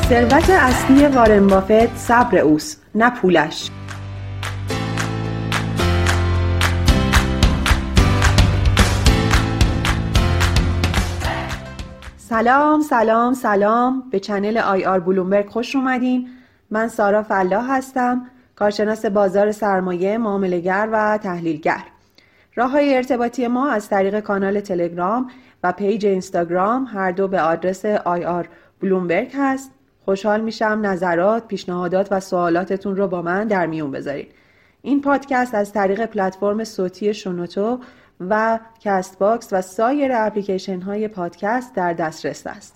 ثروت اصلی وارن بافت صبر اوست، نه پولش. سلام به چنل آی آر بلومبرگ خوش اومدین. من سارا فلاح هستم، کارشناس بازار سرمایه، معامله‌گر و تحلیلگر. راه‌های ارتباطی ما از طریق کانال تلگرام و پیج اینستاگرام هر دو به آدرس آی آر بلومبرگ هست. خوشحال میشم نظرات، پیشنهادات و سوالاتتون رو با من در میون بذارید. این پادکست از طریق پلتفرم صوتی شنوتو و کست باکس و سایر اپلیکیشن های پادکست در دسترس است.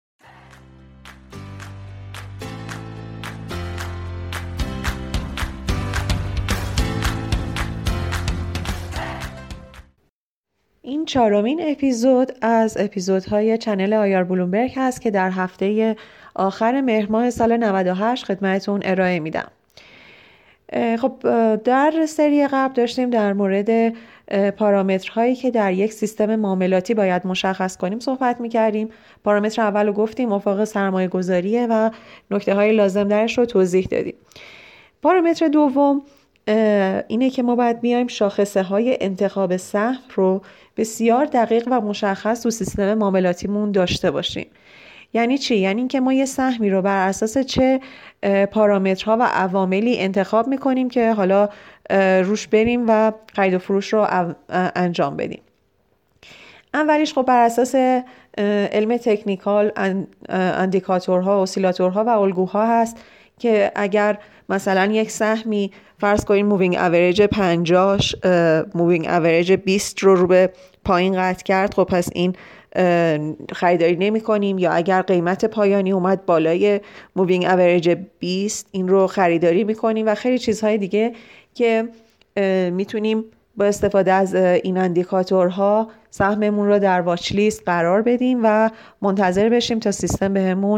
این 4مین اپیزود از اپیزودهای چنل آی آر بلومبرگ هست که در هفته آخر مهر ماه سال 98 خدمتتون ارائه میدم. خب در سری قبل داشتیم در مورد پارامترهایی که در یک سیستم معاملاتی باید مشخص کنیم صحبت میکردیم. پارامتر اول رو گفتیم افق سرمایه گذاریه و نکته های لازم درش رو توضیح دادیم. پارامتر دوم اینه که ما باید بیایم شاخصه های انتخاب سهم رو بسیار دقیق و مشخص تو سیستم معاملاتیمون داشته باشیم. یعنی چی؟ یعنی اینکه ما یه سهمی رو بر اساس چه پارامترها و عواملی انتخاب میکنیم که حالا روش بریم و خرید و فروش رو انجام بدیم. اولیش خب بر اساس علم تکنیکال اندیکاتورها، اسیلاتورها و الگوها هست که اگر مثلا یک سهمی فرض کنیم مووینگ اوریج 50 مووینگ اوریج 20 رو به پایین قطع کرد، خب پس این خریداری نمی کنیم. یا اگر قیمت پایانی اومد بالای مووینگ اوریج 20 این رو خریداری می کنیم و خیلی چیزهای دیگه که میتونیم با استفاده از این اندیکاتورها سهممون رو در واچ لیست قرار بدیم و منتظر بشیم تا سیستم بهمون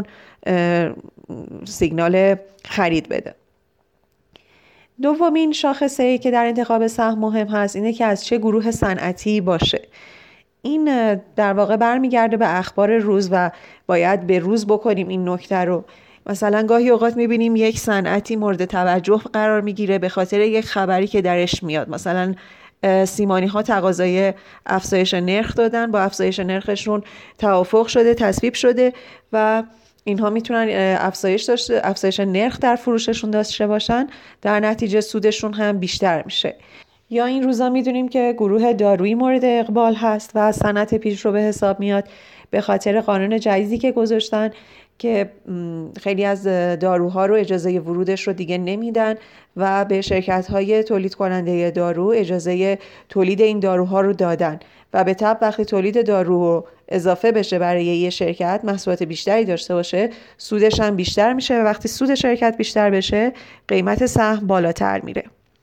سیگنال خرید بده. دومین شاخصه‌ای که در انتخاب سهم مهم هست اینه که از چه گروه صنعتی باشه. این در واقع برمیگرده به اخبار روز و باید به روز بکنیم این نکته رو. مثلا گاهی اوقات میبینیم یک صنعتی مورد توجه قرار میگیره به خاطر یک خبری که درش میاد. مثلا سیمانی ها تقاضای افزایش نرخ دادن، با افزایش نرخشون توافق شده، تصویب شده و اینها میتونن افزایش نرخ در فروششون داشته باشن، در نتیجه سودشون هم بیشتر میشه. یا این روزا میدونیم که گروه دارویی مورد اقبال هست و صنعت پیش رو به حساب میاد به خاطر قانون جدیدی که گذاشتن که خیلی از داروها رو اجازه ورودش رو دیگه نمیدن و به شرکت‌های تولید کننده دارو اجازه تولید این داروها رو دادن و به تبع وقتی تولید دارو اضافه بشه برای یه شرکت، محصولات بیشتری داشته باشه، سودش هم بیشتر میشه و وقتی سود شرکت بیشتر بشه قیمت سهم بالاتر میره.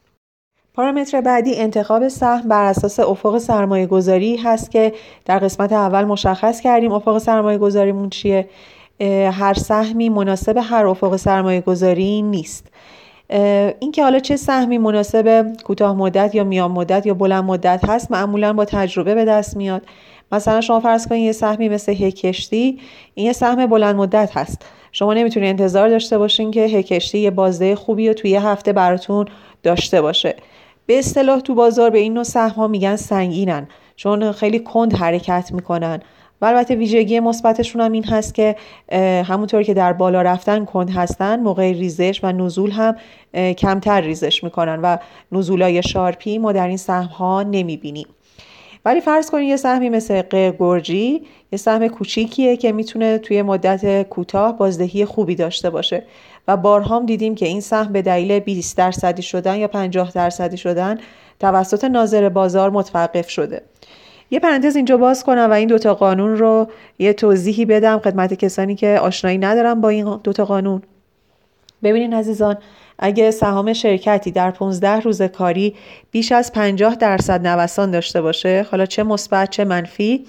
پارامتر بعدی انتخاب سهم بر اساس افق سرمایه گذاری هست که در قسمت اول مشخص کردیم افق سرمایه گذاریمون چیه. هر سهمی مناسب هر افق سرمایه گذاری نیست. این که حالا چه سهمی مناسب کوتاه مدت یا میان مدت یا بلند مدت هست معمولا با تجربه به دست میاد. مثلا شما فرض کنید یه سهمی مثل هکشتی، این یه سهم بلند مدت هست. شما نمیتونید انتظار داشته باشین که هکشتی یه بازده خوبی رو توی یه هفته براتون داشته باشه. به اصطلاح تو بازار به این نوع سهم‌ها میگن سنگینن، چون خیلی کند حرکت میکنن و البته ویژگی مثبتشون هم این هست که همونطور که در بالا رفتن کند هستن، موقع ریزش و نزول هم کمتر ریزش میکنن و نزولای شارپی ما در این سهم‌ها نمیبینیم. ولی فرض کنید یه سهمی مثل گرجی یه سهم کوچیکیه که میتونه توی مدت کوتاه بازدهی خوبی داشته باشه و بارها هم دیدیم که این سهم به دلیل 20% شدن یا 50% شدن توسط ناظر بازار متوقف شده. یه پرانتز اینجا باز کنم و این دوتا قانون رو یه توضیحی بدم خدمت کسانی که آشنایی ندارن با این دوتا قانون. ببینین عزیزان، اگه سهام شرکتی در 15 روز کاری بیش از 50% نوسان داشته باشه، حالا چه مثبت چه منفی،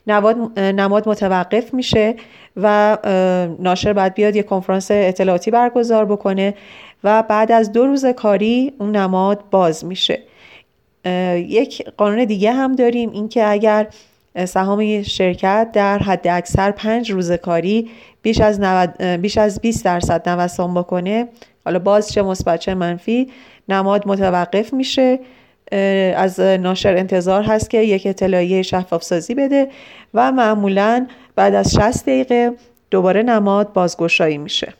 نماد متوقف میشه و ناشر باید بیاد یک کنفرانس اطلاعاتی برگزار بکنه و بعد از 2 روز کاری اون نماد باز میشه. یک قانون دیگه هم داریم، این که اگر سهام شرکت در حد اکثر 5 روز کاری بیش از 20% نوسان بکنه، حالا باز چه مثبت چه منفی، نماد متوقف میشه. از ناشر انتظار هست که یک اطلاعیه شفاف سازی بده و معمولاً بعد از 60 دقیقه دوباره نماد بازگشایی میشه.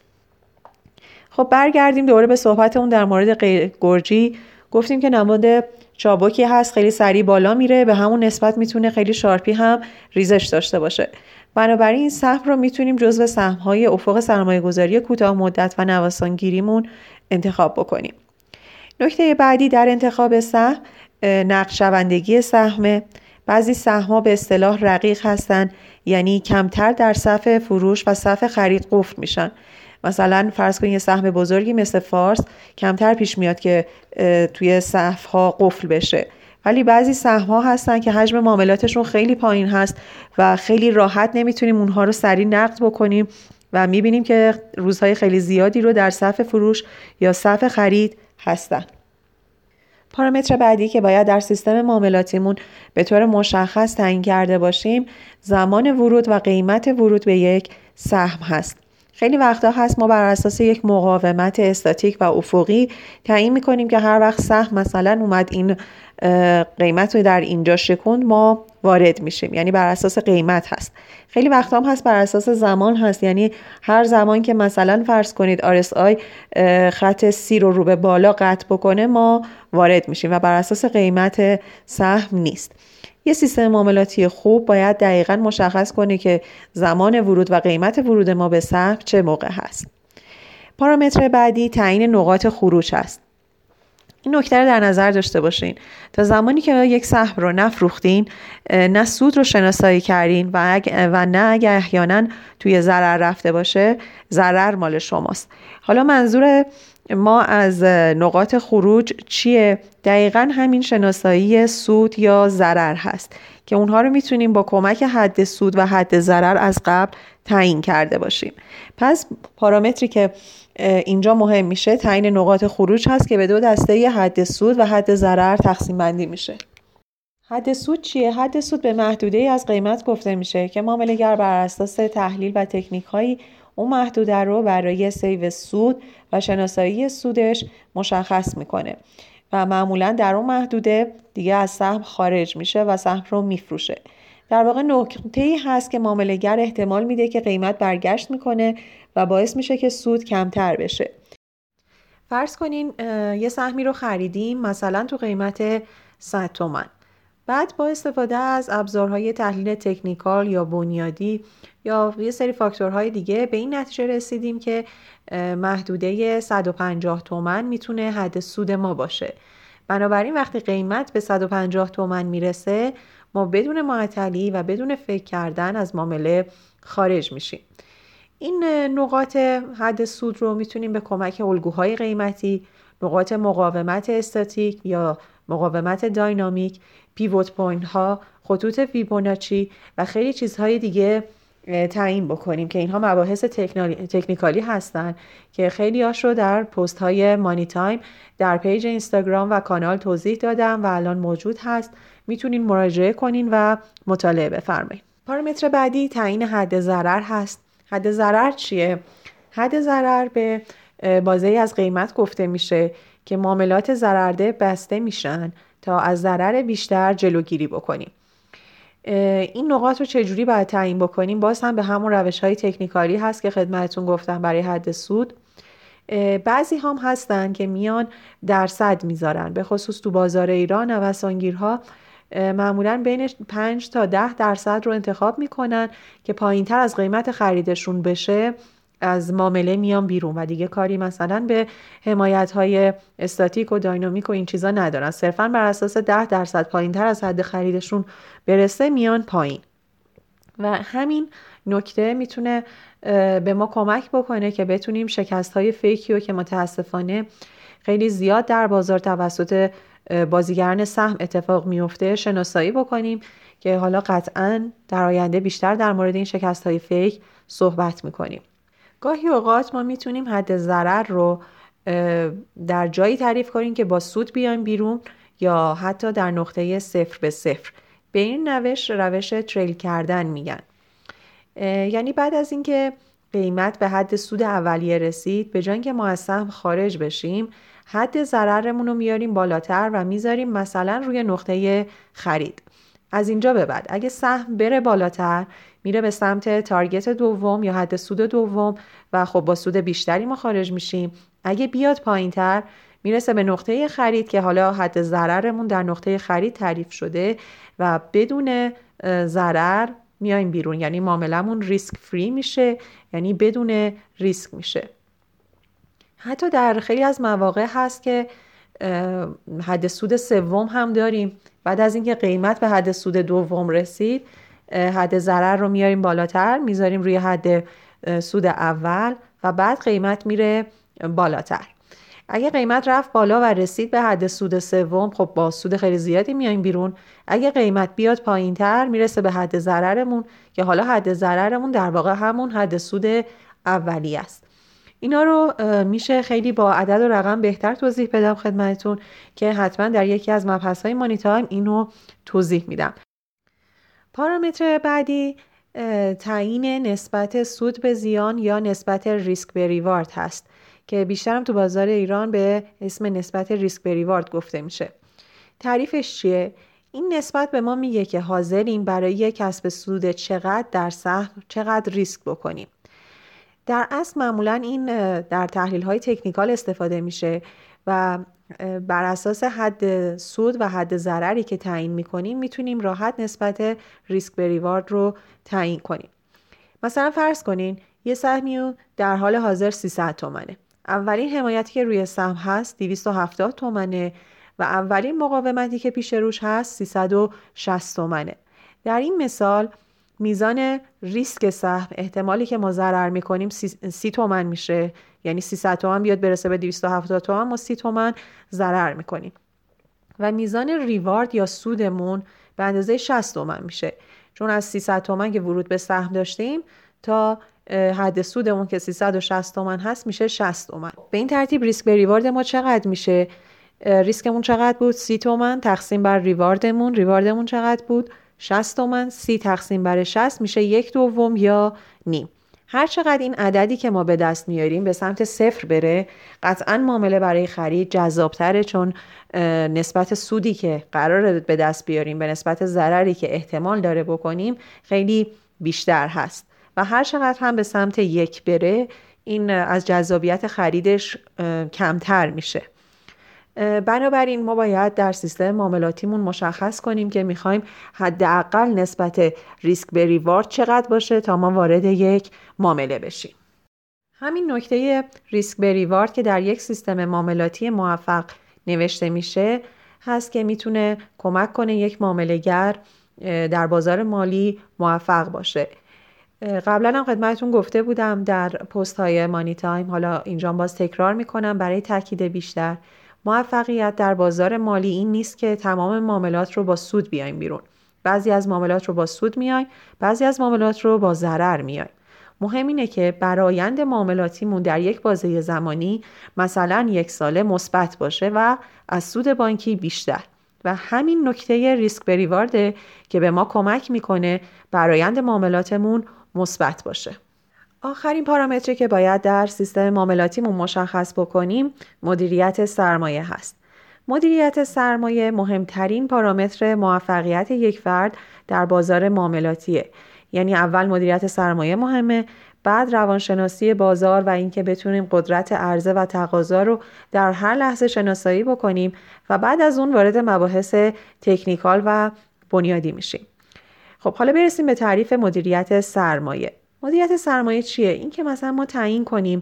خب برگردیم دوباره به صحبتمون در مورد گرجی. گفتیم که نماد چابکی هست، خیلی سریع بالا میره، به همون نسبت میتونه خیلی شارپی هم ریزش داشته باشه. بنابراین این سهم رو میتونیم جزو سهم‌های افق سرمایه‌گذاری کوتاه مدت و نوسانگیریمون انتخاب بکنیم. نکته بعدی در انتخاب سهم نقدشوندگی سهمه. بعضی سهم‌ها به اصطلاح رقیق هستن، یعنی کمتر در صف فروش و صف خرید قفل میشن. مثلا فرض کنید یه سهم بزرگی مثل فارس کمتر پیش میاد که توی صف‌ها قفل بشه، ولی بعضی سهم‌ها هستن که حجم معاملاتشون خیلی پایین هست و خیلی راحت نمیتونیم اونها رو سریع نقد بکنیم و میبینیم که روزهای خیلی زیادی رو در صف فروش یا صف خرید هستن. پارامتر بعدی که باید در سیستم معاملاتیمون به طور مشخص تعیین کرده باشیم زمان ورود و قیمت ورود به یک سهم هست. خیلی وقتا هست ما بر اساس یک مقاومت استاتیک و افقی تعیین میکنیم که هر وقت سهم مثلا اومد این قیمت رو در اینجا شکوند ما وارد میشیم، یعنی بر اساس قیمت هست. خیلی وقتا هم هست بر اساس زمان هست، یعنی هر زمان که مثلا فرض کنید RSI خط C رو به بالا قطع بکنه ما وارد میشیم و بر اساس قیمت سهم نیست. یه سیستم معاملاتی خوب باید دقیقاً مشخص کنه که زمان ورود و قیمت ورود ما به سهم چه موقع هست. پارامتر بعدی تعیین نقاط خروج هست. این نکته رو در نظر داشته باشین. تا زمانی که یک سهم رو نفروختین، نه سود رو شناسایی کردین و نه اگه احیانا توی ضرر رفته باشه، ضرر مال شماست. حالا منظور ما از نقاط خروج چیه؟ دقیقاً همین شناسایی سود یا ضرر هست که اونها رو میتونیم با کمک حد سود و حد ضرر از قبل تعیین کرده باشیم. پس پارامتری که اینجا مهم میشه تعیین نقاط خروج هست که به دو دسته حد سود و حد ضرر تقسیم بندی میشه. حد سود چیه؟ حد سود به محدوده ای از قیمت گفته میشه که معامله‌گر بر اساس تحلیل و تکنیک‌هایی اون محدوده رو برای سیو سود و شناسایی سودش مشخص میکنه و معمولا در اون محدوده دیگه از سهم خارج میشه و سهم رو میفروشه. در واقع نکته‌ای هست که معامله‌گر احتمال میده که قیمت برگشت میکنه و باعث میشه که سود کمتر بشه. فرض کنین یه سهمی رو خریدیم مثلا تو قیمت 100 تومان. بعد با استفاده از ابزارهای تحلیل تکنیکال یا بنیادی یا یه سری فاکتورهای دیگه به این نتیجه رسیدیم که محدوده 150 تومان میتونه حد سود ما باشه. بنابراین وقتی قیمت به 150 تومان میرسه ما بدون معطلی و بدون فکر کردن از معامله خارج میشیم. این نقاط حد سود رو میتونیم به کمک الگوهای قیمتی، نقاط مقاومت استاتیک یا مقاومت داینامیک، پیوت پوینت ها، خطوط فیبوناچی و خیلی چیزهای دیگه تعیین بکنیم که اینها مباحث تکنیکالی هستن که خیلی هاش رو در پست های مانی تایم در پیج اینستاگرام و کانال توضیح دادم و الان موجود هست. میتونین مراجعه کنین و مطالعه بفرمایید. پارامتر بعدی تعیین حد ضرر هست. حد ضرر چیه؟ حد ضرر به بازه‌ای از قیمت گفته میشه که معاملات ضررده بسته میشن تا از ضرر بیشتر جلوگیری بکنیم. این نقاط رو چجوری باید تعیین بکنیم؟ باز هم به همون روش‌های تکنیکالی هست که خدمتتون گفتم برای حد سود. بعضی هم هستن که میان درصد میذارن، به خصوص تو بازار ایران نوسانگیرها معمولاً بین 5 تا 10% رو انتخاب میکنن که پایین‌تر از قیمت خریدشون بشه از معامله میان بیرون و دیگه کاری مثلا به حمایت‌های استاتیک و داینامیک و این چیزا ندارن. صرفاً بر اساس 10% پایین‌تر از حد خریدشون برسه میان پایین و همین نکته میتونه به ما کمک بکنه که بتونیم شکست‌های فیکی رو که متاسفانه خیلی زیاد در بازار توسط بازیگران سهم اتفاق میفته شناسایی بکنیم که حالا قطعاً در آینده بیشتر در مورد این شکست‌های فیک صحبت میکنیم. گاهی اوقات ما میتونیم حد ضرر رو در جایی تعریف کنیم که با سود بیایم بیرون یا حتی در نقطه 0 به 0 به این روش تریل کردن میگن. یعنی بعد از اینکه قیمت به حد سود اولیه رسید، به جای اینکه ما از سهم خارج بشیم، حد ضررمون رو میاریم بالاتر و میذاریم مثلا روی نقطه خرید. از اینجا به بعد اگه سهم بره بالاتر، میره به سمت تارگت دوم یا حد سود دوم و خب با سود بیشتری ما خارج میشیم. اگه بیاد پایینتر، میرسه به نقطه خرید که حالا حد ضررمون در نقطه خرید تعریف شده و بدون ضرر میایم بیرون. یعنی معاملمون ریسک فری میشه، یعنی بدون ریسک میشه. حتی در خیلی از مواقع هست که حد سود سوم هم داریم. بعد از اینکه قیمت به حد سود دوم رسید، حد ضرر رو میاریم بالاتر، میذاریم روی حد سود اول و بعد قیمت میره بالاتر. اگه قیمت رفت بالا و رسید به حد سود سوم، خب با سود خیلی زیادی میایم بیرون. اگه قیمت بیاد پایینتر، میرسه به حد ضررمون که حالا حد ضررمون در واقع همون حد سود اولی است. اینا رو میشه خیلی با عدد و رقم بهتر توضیح بدم خدمتتون که حتما در یکی از مبحث‌های مانی تایم اینو توضیح میدم. پارامتر بعدی تعیین نسبت سود به زیان یا نسبت ریسک به ریوارد هست که بیشترم تو بازار ایران به اسم نسبت ریسک به ریوارد گفته میشه. تعریفش چیه؟ این نسبت به ما میگه که حاضریم برای کسب سود چقدر در سهم چقدر ریسک بکنیم. در اصل معمولا این در تحلیل‌های تکنیکال استفاده میشه و بر اساس حد سود و حد ضرری که تعیین میکنیم میتونیم راحت نسبت ریسک به ریوارد رو تعیین کنیم. مثلا فرض کنین یه سهمی در حال حاضر 300 تومنه. اولین حمایتی که روی سهم هست 270 تومنه و اولین مقاومتی که پیش روش هست 360 تومنه. در این مثال میزان ریسک سهم، احتمالی که ما ضرر میکنیم 30 تومن میشه. یعنی 300 تومن بیاد برسه به 270 تومن، ما 30 تومن ضرر میکنیم. و میزان ریوارد یا سودمون به اندازه 60 تومن میشه، چون از 300 تومن که ورود به سهم داشتیم تا حد سودمون که 360 تومن هست میشه 60 تومن. به این ترتیب ریسک به ریوارد ما چقدر میشه؟ ریسکمون چقدر بود؟ 30 تومن تقسیم بر ریواردمون چقدر بود؟ 60 تومن. 30 تقسیم بر 60 میشه 1/2 یا نیم. هر چقدر این عددی که ما به دست میاریم به سمت صفر بره، قطعاً معامله برای خرید جذابتره، چون نسبت سودی که قراره به دست بیاریم به نسبت ضرری که احتمال داره بکنیم خیلی بیشتر هست. و هر چقدر هم به سمت 1 بره، این از جذابیت خریدش کمتر میشه. بنابراین ما باید در سیستم معاملاتیمون مشخص کنیم که میخوایم حداقل نسبت ریسک به ریوارد چقدر باشه تا ما وارد یک معامله بشیم. همین نکته ریسک به ریوارد که در یک سیستم معاملاتی موفق نوشته میشه هست که میتونه کمک کنه یک معامله‌گر در بازار مالی موفق باشه. قبلا هم خدمتتون گفته بودم در پست های مانی تایم، حالا اینجا باز تکرار میکنم برای تاکید بیشتر. موفقیت در بازار مالی این نیست که تمام معاملات رو با سود بیایم بیرون. بعضی از معاملات رو با سود میایم، بعضی از معاملات رو با ضرر میایم. مهم اینه که برآیند معاملاتیمون در یک بازه زمانی مثلا 1 ساله مثبت باشه و از سود بانکی بیشتر. و همین نکته ریسک به ریوارد که به ما کمک میکنه برآیند معاملاتمون مثبت باشه. آخرین پارامتری که باید در سیستم معاملاتیمون مشخص بکنیم مدیریت سرمایه هست. مدیریت سرمایه مهمترین پارامتر موفقیت یک فرد در بازار معاملاتیه. یعنی اول مدیریت سرمایه مهمه، بعد روانشناسی بازار و اینکه بتونیم قدرت عرضه و تقاضا رو در هر لحظه شناسایی بکنیم و بعد از اون وارد مباحث تکنیکال و بنیادی میشیم. خب حالا برسیم به تعریف مدیریت سرمایه. مدیریت سرمایه چیه؟ این که مثلا ما تعیین کنیم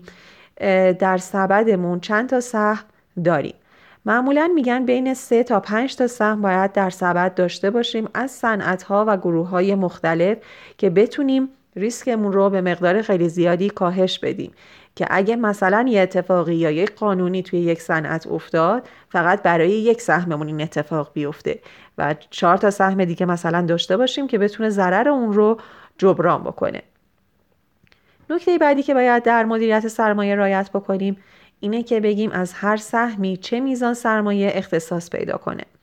در سبدمون چند تا سهم داریم. معمولاً میگن بین 3 تا 5 تا سهم باید در سبد داشته باشیم از صنعت‌ها و گروه‌های مختلف که بتونیم ریسکمون رو به مقدار خیلی زیادی کاهش بدیم، که اگه مثلا یه اتفاقی یا یک قانونی توی یک صنعت افتاد، فقط برای یک سهممون این اتفاق بیفته و 4 تا سهم دیگه مثلا داشته باشیم که بتونه ضرر اون رو جبران بکنه. نکته بعدی که باید در مدیریت سرمایه رعایت بکنیم اینه که بگیم از هر سهمی چه میزان سرمایه اختصاص پیدا کنه.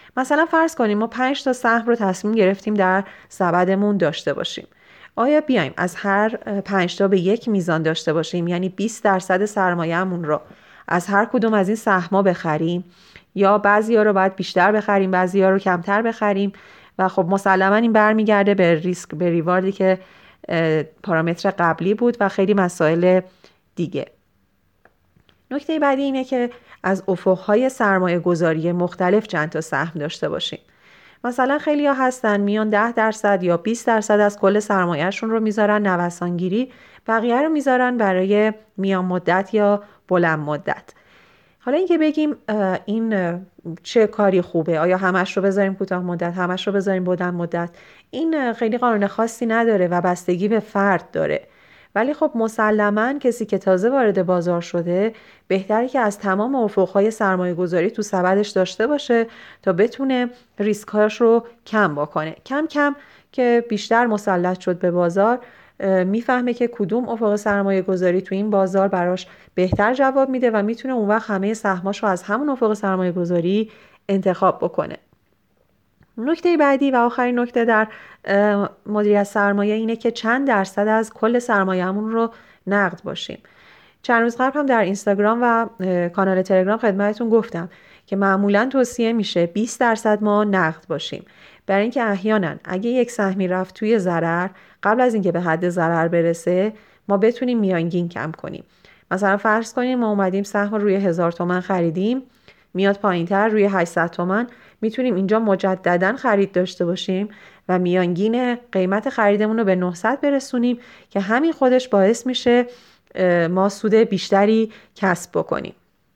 مثلا فرض کنیم ما 5 تا سهم رو تصمیم گرفتیم در سبدمون داشته باشیم. آیا بیایم از هر 5 تا به یک میزان داشته باشیم، یعنی 20% سرمایه‌مون رو از هر کدوم از این سهم‌ها بخریم، یا بعضی‌ها رو باید بیشتر بخریم بعضی‌ها رو کمتر بخریم؟ و خب مسلماً این برمیگرده به ریسک به ریواردی که پارامتر قبلی بود و خیلی مسائل دیگه. نکته بعدی اینه که از افق‌های سرمایه گذاری مختلف چند تا سهم داشته باشیم. مثلا خیلی ها هستن میان 10% یا 20% از کل سرمایهشون رو میذارن نوسانگیری، بقیه رو میذارن برای میان مدت یا بلند مدت. حالا اینکه بگیم این چه کاری خوبه، آیا همش رو بذاریم کوتاه مدت، همش رو بذاریم بلند مدت، این خیلی قانون خاصی نداره و بستگی به فرد داره. ولی خب مسلماً کسی که تازه وارد بازار شده بهتره که از تمام افقهای سرمایه گذاری تو سبدش داشته باشه تا بتونه ریسکاش رو کم بکنه. کم کم که بیشتر مسلط شد به بازار میفهمه که کدوم افق سرمایه گذاری تو این بازار براش بهتر جواب میده و میتونه اون وقت همه سهماش رو از همون افق سرمایه گذاری انتخاب بکنه. نکته بعدی و آخرین نکته در مدیریت سرمایه اینه که چند درصد از کل سرمایه‌مون رو نقد باشیم. چند روز قبل هم در اینستاگرام و کانال تلگرام خدمتتون گفتم که معمولاً توصیه میشه 20% ما نقد باشیم، برای اینکه احیانا اگه یک سهمی رفت توی ضرر، قبل از اینکه به حد ضرر برسه ما بتونیم میانگین کم کنیم. مثلا فرض کنیم ما اومدیم سهم روی 1000 تومان خریدیم، میاد پایینتر روی 800 تومان، میتونیم اینجا مجددا خرید داشته باشیم و میانگین قیمت خریدمون رو به 900 برسونیم که همین خودش باعث میشه ما سود بیشتری کسب بکنیم.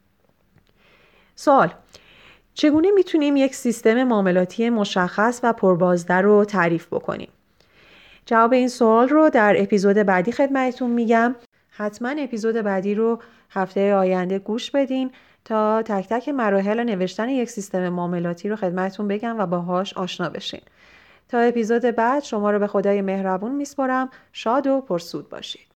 سوال: چگونه میتونیم یک سیستم معاملاتی مشخص و پربازده رو تعریف بکنیم؟ جواب این سوال رو در اپیزود بعدی خدمتتون میگم. حتما اپیزود بعدی رو هفته آینده گوش بدین تا تک تک مراحل نوشتن یک سیستم معاملاتی رو خدمتتون بگم و باهاش آشنا بشین. تا اپیزود بعد شما رو به خدای مهربون میسپارم. شاد و پرسود باشید.